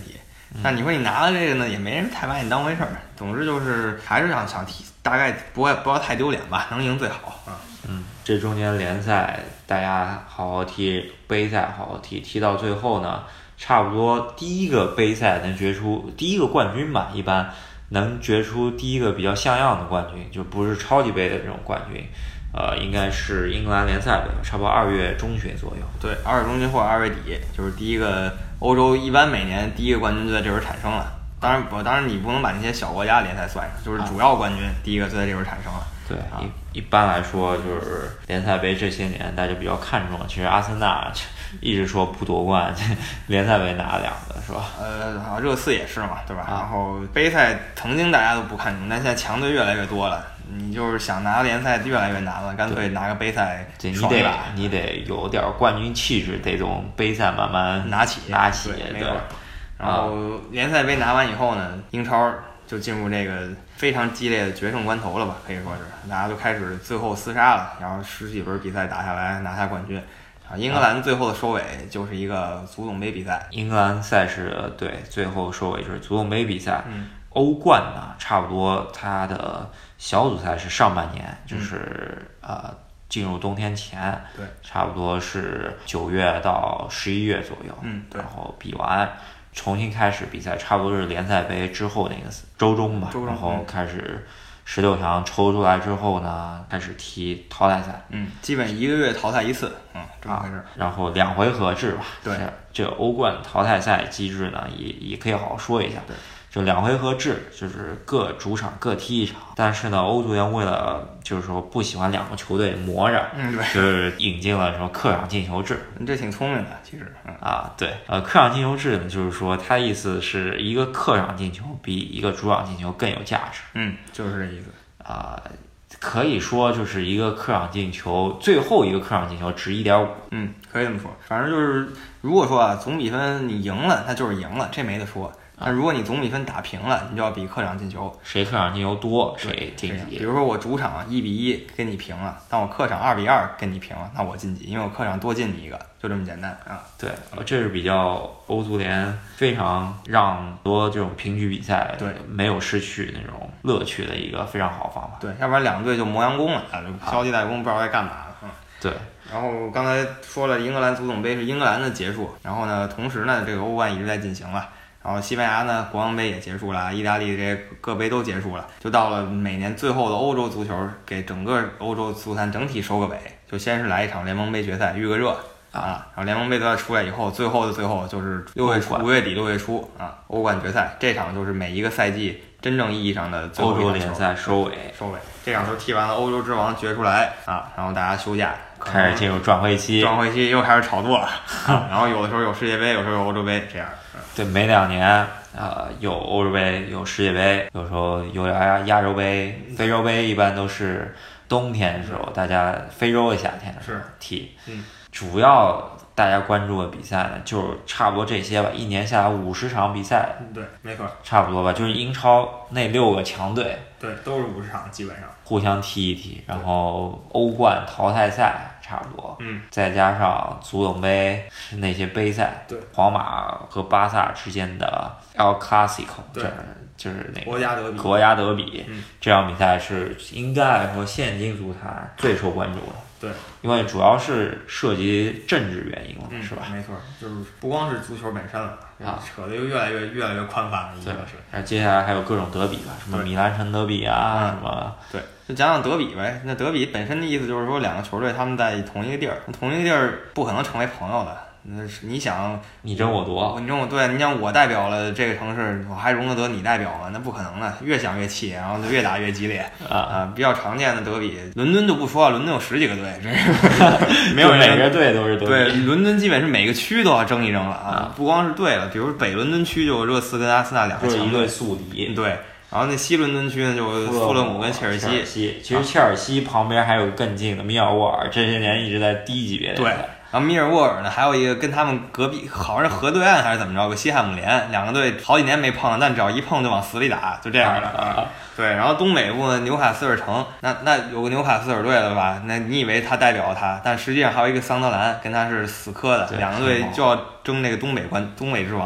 但你说你拿了这个呢，也没人太把你当回事儿。总之就是还是想想踢，大概不会不要太丢脸吧，能赢最好啊。 嗯，这中间联赛大家好好踢，杯赛好好踢，踢到最后呢，差不多第一个杯赛能决出第一个冠军吧，一般能决出第一个比较像样的冠军，就不是超级杯的这种冠军。呃，应该是英格兰联赛杯，差不多二月中旬左右。 对，二月中旬或者二月底，就是第一个欧洲一般每年第一个冠军就在这时候产生了。当然，我当然你不能把那些小国家联赛算上，就是主要冠军、啊、第一个就在这时候产生了。 对， 啊、 一一般来说就是联赛杯这些年大家比较看重，其实阿森纳一直说不夺冠，联赛杯拿了两个是吧？ 呃，热刺也是嘛，对吧？啊、然后杯赛曾经大家都不看重，但现在强队越来越多了。你就是想拿联赛越来越难了，干脆拿个杯赛爽一把。 你得你得有点冠军气质，得从杯赛慢慢拿起拿起。 对，没错。然后联赛杯拿完以后呢，英超就进入这个非常激烈的决胜关头了吧，可以说是大家都开始最后厮杀了，然后十几轮比赛打下来拿下冠军。啊，英格兰最后的收尾就是一个足总杯比赛。 英格兰赛事对最后收尾就是足总杯比赛。 嗯。 欧冠呢，差不多它的小组赛是上半年，就是、嗯、呃进入冬天前， 对， 差不多是九月到十一月左右， 嗯，对， 然后比完重新开始比赛，差不多是联赛杯之后那个周中吧， 周中然后开始十六强抽出来之后呢，开始踢淘汰赛， 嗯，基本一个月淘汰一次，嗯，这么回事、啊。 然后两回合制吧， 对， 这个欧冠淘汰赛机制呢，也也可以好好说一下， 对。 就两回合制，就是各主场各踢一场。但是呢，欧足联为了就是说不喜欢两个球队磨着， 嗯，对， 就是引进了什么客场进球制。 你这挺聪明的，其实。嗯、 啊，对，呃，客场进球制呢，就是说它意思是一个客场进球比一个主场进球更有价值。 嗯，就是这意思。 啊、呃，可以说就是一个客场进球，最后一个客场进球值一点五。 嗯，可以这么说。反正就是如果说啊，总比分你赢了，那就是赢了，这没得说。但如果你总比分打平了，你就要比客场进球， 谁客场进球多谁晋级。 比如说我主场一比一跟你平了，但我客场二比二跟你平了，那我晋级，因为我客场多进你一个，就这么简单啊。 对，这是比较欧足联非常让多这种平局比赛对没有失去那种乐趣的一个非常好的方法。 对，要不然两队就磨洋工了，就消极怠工，不知道该干嘛了。嗯， 对。 然后刚才说了，英格兰足总杯是英格兰的结束，然后呢，同时呢，这个欧冠一直在进行了。然后西班牙呢，国王杯也结束了，意大利这些各杯都结束了，就到了每年最后的欧洲足球，给整个欧洲足坛整体收个尾。就先是来一场联盟杯决赛，预个热啊，然后联盟杯决赛出来以后，最后的最后就是六月初、五月底六月初啊，欧冠决赛，这场就是每一个赛季真正意义上的最后欧洲联赛收尾。 收尾，这场球踢完了，欧洲之王决出来啊，然后大家休假， 开始进入转会期， 转会期又开始炒作了，啊、然后有的时候有世界杯，有时候有欧洲杯，这样。 对，每两年呃有欧洲杯，有世界杯，有时候有亚亚洲杯、非洲杯，一般都是冬天的时候，大家非洲的夏天的时候踢。 嗯， 主要大家关注的比赛呢，就差不多这些吧。一年下来五十场比赛， 对，没错， 差不多吧。就是英超那六个强队， 对，都是五十场，基本上互相踢一踢，然后欧冠淘汰赛。差不多， 嗯， 再加上足总杯那些杯赛， 对， 皇马和巴萨之间的 El Clasico， 对， 就是那个国家德比， 国家德比， 嗯， 这场比赛是应该来说现今足坛最受关注的， 对， 因为主要是涉及政治原因了， 嗯、 是吧？ 没错，就是不光是足球本身了，啊，扯得又越来越越来越宽泛了，一个是， 然后接下来还有各种德比吧，什么米兰城德比啊，什么， 对。就讲讲德比呗，那德比本身的意思就是说两个球队他们在同一个地儿，同一个地儿不可能成为朋友的。那是你想你争我夺， 你争我对，你想我代表了这个城市，我还容得得你代表吗？那不可能的，越想越气，然后就越打越激烈啊啊！比较常见的德比，伦敦就不说了，伦敦有十几个队，这是没有每个队都是德比。 对，伦敦基本是每个区都要争一争了啊，不光是队了，比如北伦敦区就有热刺跟阿森纳两个强队宿敌， 对。然后那西伦敦区呢，就富勒姆跟切尔西。 切尔西其实切尔西旁边还有更近的米尔沃尔，这些年一直在低级别的。 对，然后米尔沃尔呢，还有一个跟他们隔壁，好像是河对岸还是怎么着，个西汉姆联，两个队好几年没碰，但只要一碰就往死里打，就这样的。啊、对，然后东北部呢，纽卡斯尔城，那那有个纽卡斯尔队了吧？那你以为他代表他，但实际上还有一个桑德兰，跟他是死磕的，两个队就要争那个东北冠东北之王。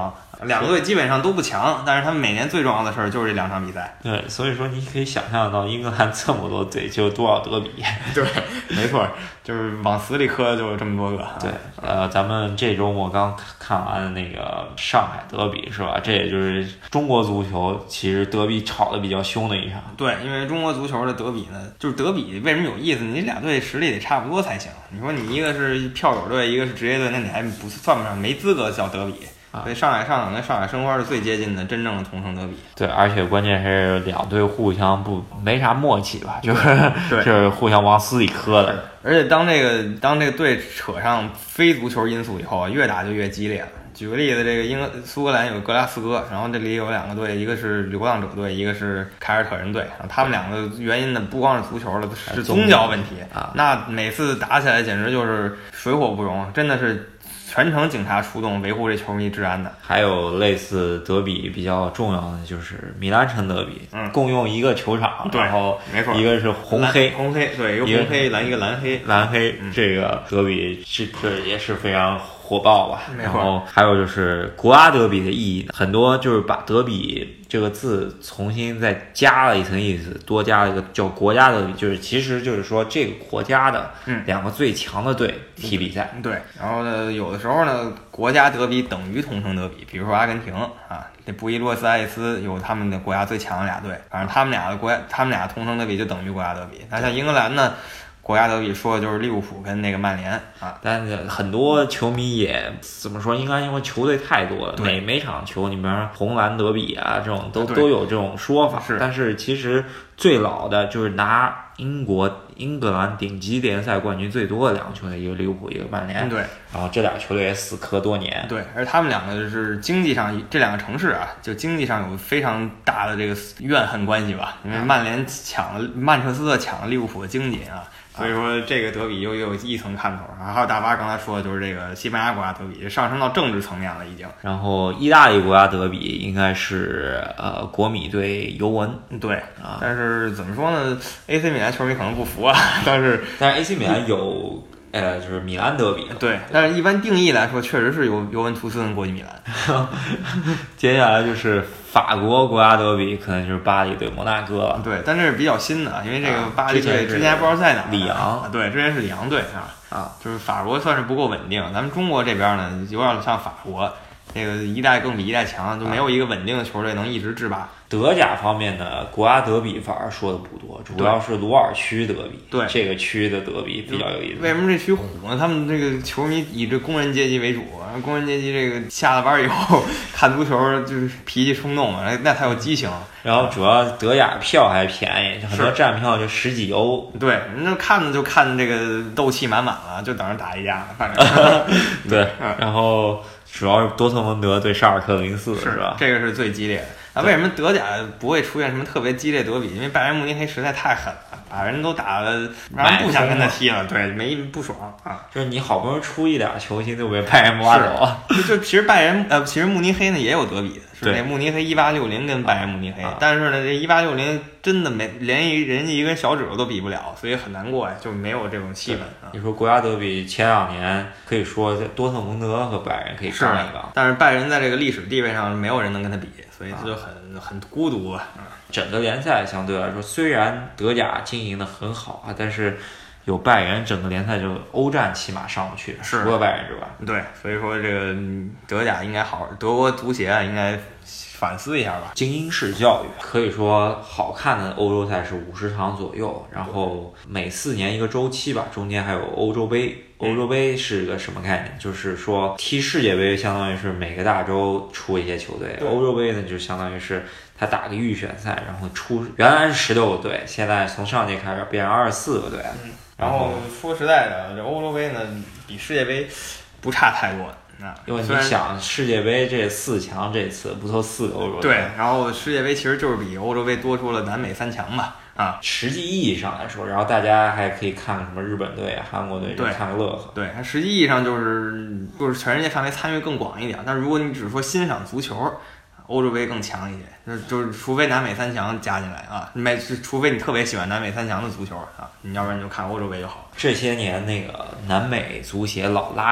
两个队基本上都不强，但是他们每年最重要的事儿就是这两场比赛。 对，所以说你可以想象到英格兰这么多队就有多少德比。 对，没错，就是往死里磕就有这么多个。 对，呃，咱们这周末刚看完的那个上海德比是吧？这也就是中国足球其实德比吵得比较凶的一场。 对，因为中国足球的德比呢，就是德比为什么有意思？你俩队实力得差不多才行。你说你一个是票友队，一个是职业队，那你还不算不上，没资格叫德比。所以上海上港跟上海申花是最接近的真正的同城德比。 对，而且关键是两队互相不没啥默契吧，就是就是互相往死里磕的。 而且当这个当这个队扯上非足球因素以后啊，越打就越激烈了。举个例子，这个英苏格兰有格拉斯哥，然后这里有两个队，一个是流浪者队，一个是凯尔特人队。然后他们两个原因呢，不光是足球了，是宗教问题啊。 那每次打起来简直就是水火不容，真的是全程警察出动维护这球迷治安的。 还有类似德比比较重要的就是米兰城德比， 嗯， 共用一个球场，然后没错， 一个是红黑， 红黑对，一个红黑蓝，一个蓝黑， 蓝黑，嗯、这个德比这这也是非常火爆吧。然后还有就是国家德比的意义，很多就是把德比这个字重新再加了一层意思，多加了一个叫国家德比，就是其实就是说这个国家的两个最强的队踢比赛。 嗯、对，然后呢，有的时候呢，国家德比等于同城德比，比如说阿根廷啊，这布宜诺斯艾利斯有他们的国家最强的俩队，反正他们俩的国家，他们俩同城德比就等于国家德比。那像英格兰呢？国家德比说的就是利物浦跟那个曼联啊， 但是很多球迷也怎么说？应该因为球队太多了，每每场球，你比方说红蓝德比啊，这种都都有这种说法。 是， 但是其实最老的就是拿英国英格兰顶级联赛冠军最多的两个球队，一个利物浦，一个曼联。 对， 然后这俩球队也死磕多年。 对，而他们两个是经济上，这两个城市啊，就经济上有非常大的这个怨恨关系吧。因为曼联抢了曼彻斯特抢了利物浦的经济啊。所以说这个德比又又有一层看头啊，还有大巴刚才说的就是这个西班牙国家德比上升到政治层面了已经。 然后意大利国家德比应该是呃国米对尤文， 对啊， 但是怎么说呢 ？A C 米兰球迷可能不服啊，但是但是 A C 米兰有呃就是米兰德比， 对，但是一般定义来说，确实是由尤文图斯跟国际米兰。 接下来就是法国国家德比，可能就是巴黎对摩纳哥了。 对，但这是比较新的，因为这个巴黎队之前还不知道在哪， 里昂， 对，之前是里昂队啊啊，就是法国算是不够稳定，咱们中国这边呢有点像法国，那个一代更比一代强，就没有一个稳定的球队能一直制霸。 德甲方面呢，国家德比反而说的不多，主要是鲁尔区德比。 对， 这个区的德比比较有意思。 为什么这区虎呢？他们这个球迷以这工人阶级为主，工人阶级这个下了班以后看足球就是脾气冲动嘛，那才有激情。 然后主要德甲票还便宜，很多站票就十几欧。 对，那看着就看这个斗气满满了，就等着打一架，反正对。然后主要是多特蒙德对沙尔克零四，是吧？ 这个是最激烈的。啊，为什么德甲不会出现什么特别激烈德比？因为拜仁慕尼黑实在太狠了，把人都打了，让人不想跟他踢了，对，没不爽啊。 就是你好不容易出一俩球星，就被拜仁挖走了。 就就其实拜仁呃，其实慕尼黑呢也有德比的，是那慕尼黑一八六零跟拜仁慕尼黑，但是呢，这一八六零真的没连一人家一根小指头都比不了，所以很难过呀，就没有这种气氛啊。 你说国家德比前两年可以说多特蒙德和拜仁可以杠一杠， 但是拜仁在这个历史地位上没有人能跟他比。所以这就很很孤独啊！ 整个联赛相对来说，虽然德甲经营的很好啊，但是有拜仁，整个联赛就欧战起码上不去，除了拜仁之外。 对，所以说这个德甲应该好，德国足协应该反思一下吧。 精英式教育可以说好看的欧洲赛是五十场左右，然后每四年一个周期吧，中间还有欧洲杯。欧洲杯是个什么概念？就是说踢世界杯相当于是每个大洲出一些球队，欧洲杯呢就相当于是他打个预选赛，然后出原来是十六个队，现在从上届开始变成二十四个队。 嗯，然后说实在的，这欧洲杯呢比世界杯不差太多。啊， 因为你想世界杯这四强这次不都四个欧洲队？ 对，然后世界杯其实就是比欧洲杯多出了南美三强吧。啊， 实际意义上来说，然后大家还可以看看什么日本队啊、韩国队，看个乐呵。 对，它实际意义上就是就是全世界范围参与更广一点。但如果你只是说欣赏足球，欧洲杯更强一些。就就是除非南美三强加进来啊，没除非你特别喜欢南美三强的足球啊，你要不然你就看欧洲杯就好。 这些年那个南美足协老拉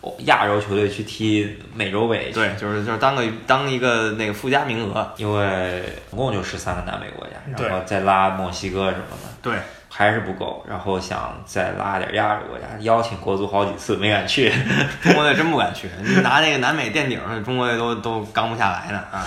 亚洲球队去踢美洲杯。 对，就是就是当个当一个那个附加名额， 因为总共就十三个南美国家，然后再拉墨西哥什么的。 对。 还是不够，然后想再拉点亚洲国家，邀请国足好几次没敢去， 中国队真不敢去，你拿那个南美垫底，中国队都都刚不下来呢啊。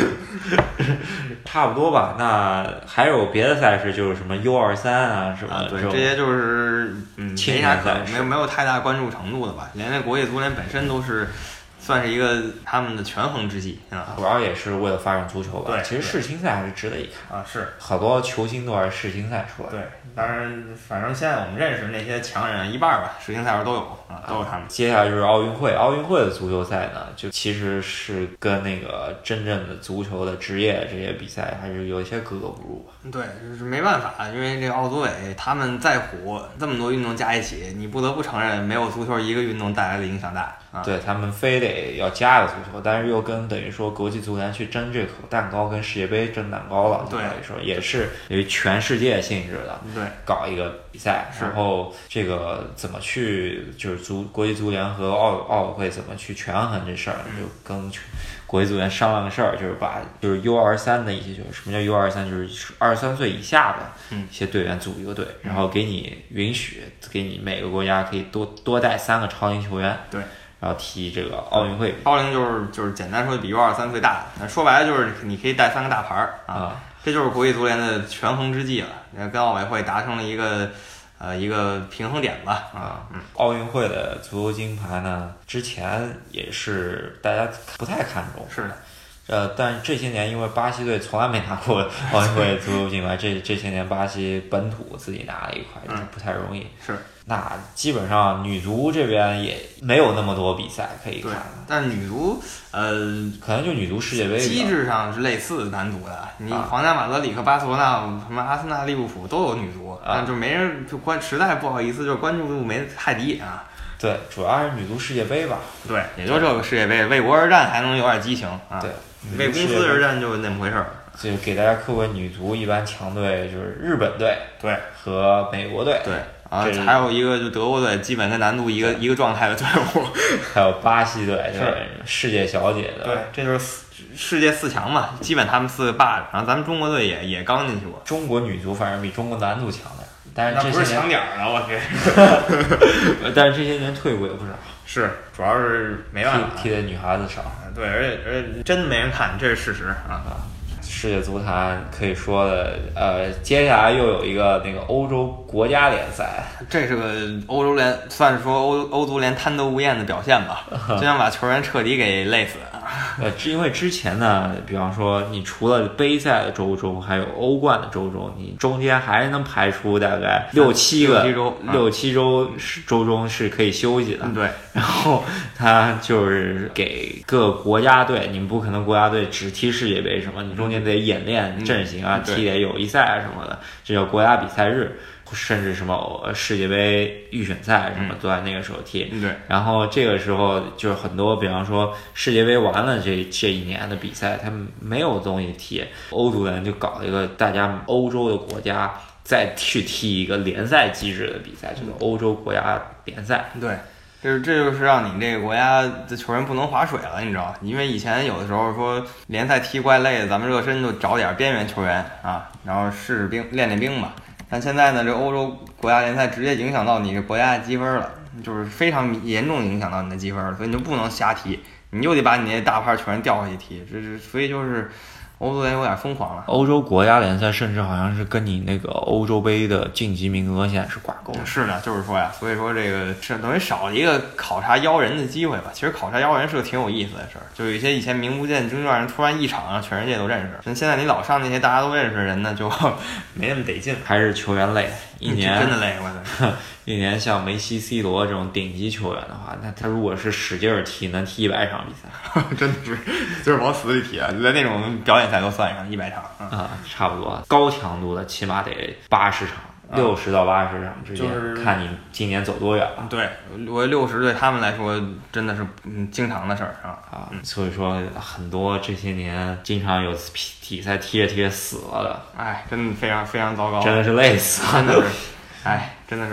差不多吧，那还有别的赛事，就是什么 U 二三啊什么的、 啊，对，这些就是嗯没啥可没有没有太大关注程度的吧，连那国际足联本身都是。算是一个他们的权衡之计啊， 主要也是为了发展足球吧。 对， 其实世青赛还是值得一看啊，是好多球星都是世青赛出来的。 对，当然，反正现在我们认识那些强人一半吧，世青赛上都有啊，都有他们。 接下来就是奥运会，奥运会的足球赛呢，就其实是跟那个真正的足球的职业这些比赛还是有一些格格不入。 对，就是没办法，因为这个奥组委他们再苦，这么多运动加一起，你不得不承认，没有足球一个运动带来的影响大。啊、 对他们非得要加个足球，但是又跟等于说国际足联去争这口蛋糕，跟世界杯争蛋糕了。 对， 说也是由于全世界性质的， 对， 搞一个比赛，然后这个怎么去就是足国际足联和奥奥委会怎么去权衡这事儿， 嗯、 就跟国际足联商量个事儿，就是把就是 U 二三的一些就是什么叫 U 二三，就是二十三岁以下的一些队员组一个队， 嗯、 然后给你允许给你每个国家可以多多带三个超龄球员。 对。 然后踢这个奥运会， 超龄就是就是简单说比 U 二三最大的，说白了就是你可以带三个大牌儿啊， 啊这就是国际足联的权衡之计了，跟奥委会达成了一个呃一个平衡点吧啊。 嗯，奥运会的足球金牌呢，之前也是大家不太看重， 是的。 呃，但这些年因为巴西队从来没拿过奥运会足球金牌，这这些年巴西本土自己拿了一块，就是不太容易。 嗯、是。 那基本上女足这边也没有那么多比赛可以看， 但女足呃可能就女足世界杯机制上是类似男足的，你皇家马德里和巴塞罗那、什么阿森纳、利物浦都有女足，啊、但就没人就关，实在不好意思，就是关注度没太低啊。 对，主要是女足世界杯吧。 对，也就这个世界杯，为国而战还能有点激情啊。 对， 为公司而战就那么回事儿。 就给大家科普，女足一般强队就是日本队， 对， 和美国队， 对。啊，还有一个就德国队，基本跟男足一个一个状态的队伍， 还有巴西队，是世界小姐的， 对，这就是世界四强嘛，基本他们四个霸着。然后咱们中国队也也刚进去过， 中国女足反正比中国男足强点，但是这些年那不是强点儿了，我去。 但是这些年退步也不少， 是，主要是没办法， 踢的女孩子少， 对，而且而且真没人看，这是事实啊。 世界足坛可以说的，呃，接下来又有一个那个欧洲国家联赛， 这是个欧洲联，算是说欧欧足联贪得无厌的表现吧，就想把球员彻底给累死。 呃，因为之前呢，比方说你除了杯赛的周中，还有欧冠的周中，你中间还能排出大概六七个六七周六七周周中是可以休息的。 嗯，对。 然后他就是给各个国家队，你们不可能国家队只踢世界杯什么，你中间得演练阵型啊， 嗯、 踢点友谊赛啊什么的，这叫国家比赛日。甚至什么世界杯预选赛什么都在那个时候踢， 嗯、对。 然后这个时候就是很多，比方说世界杯完了这这一年的比赛，他们没有东西踢，欧足联就搞一个大家欧洲的国家再去踢一个联赛机制的比赛，就是欧洲国家联赛。 对。这这就是让你这个国家的球员不能划水了，你知道？因为以前有的时候说联赛踢怪累的，咱们热身就找点边缘球员啊，然后试试兵练练兵嘛。但现在呢，这欧洲国家联赛直接影响到你这国家的积分了，就是非常严重影响到你的积分了，所以你就不能瞎踢，你就得把你那大牌球员调回去踢。这是所以就是欧足联有点疯狂了。 欧洲国家联赛甚至好像是跟你那个欧洲杯的晋级名额现在是挂钩的。 是的，就是说呀，所以说这个是等于少了一个考察妖人的机会吧。其实考察妖人是个挺有意思的事儿，就有一些以前名不见经传人突然一场让全世界都认识。那现在你老上那些大家都认识的人呢，就没那么得劲， 还是球员累，一年真的累，我操！ 一年像梅西、C 罗这种顶级球员的话，那他如果是使劲儿踢，能踢一百场比赛， 真的是就是往死里踢啊！连那种表演赛都算上一百场啊、 嗯，差不多。高强度的起码得八十场，六十到八十场之间， 就是看你今年走多远了。 对，我六十对他们来说真的是嗯经常的事儿啊啊、嗯，所以说很多这些年经常有比赛踢着踢着死了的， 哎，真的非常非常糟糕， 真的是累死了， 真的是，哎，真的是。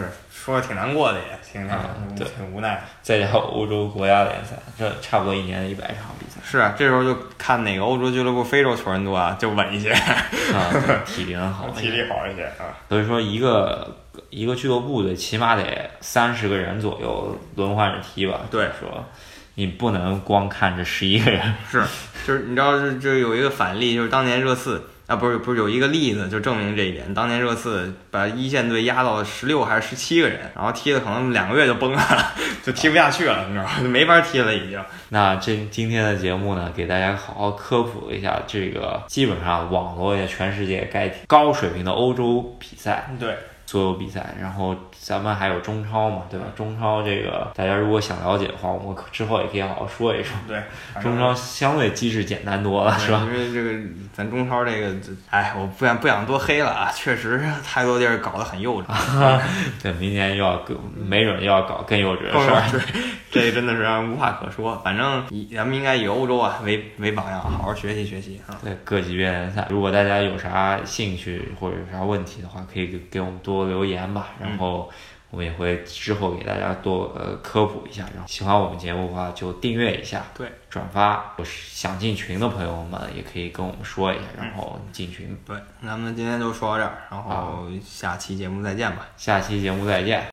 说的挺难过的也，挺那、 嗯、对， 挺无奈。 再加上欧洲国家联赛，这差不多一年一百场比赛。 是啊，这时候就看哪个欧洲俱乐部非洲球员多啊，就稳一些。 啊，体力好， 体力好一些啊。 所以说一个一个俱乐部队起码得三十个人左右轮换着踢吧。 对， 说你不能光看这十一个人。 是，就是你知道这这有一个反例，就是当年热刺。啊，不是不是，有一个例子就证明这一点。当年热刺把一线队压到了十六还是十七个人，然后踢了可能两个月就崩了，就踢不下去了，你知道吗？就没法踢了已经。 那这今天的节目呢，给大家好好科普一下这个基本上网罗也全世界该高水平的欧洲比赛。 对。 所有比赛，然后咱们还有中超嘛，对吧？中超这个大家如果想了解的话，我们之后也可以好好说一说。 对， 中超相对机制简单多了，是吧？ 因为这个咱中超这个，哎，我不想不想多黑了啊，确实太多地儿搞得很幼稚。 对，明年又要更，没准又要搞更幼稚的事儿。 对，这真的是让人无话可说。反正以咱们应该以欧洲啊为为榜样，好好学习学习啊。 对，各级别联赛，如果大家有啥兴趣或者有啥问题的话，可以给给我们多留言吧，然后我们也会之后给大家多呃科普一下。然后喜欢我们节目的话，就订阅一下， 对， 转发。我想进群的朋友们也可以跟我们说一下，然后进群。 对，咱们今天就说到这儿，然后下期节目再见吧。 下期节目再见。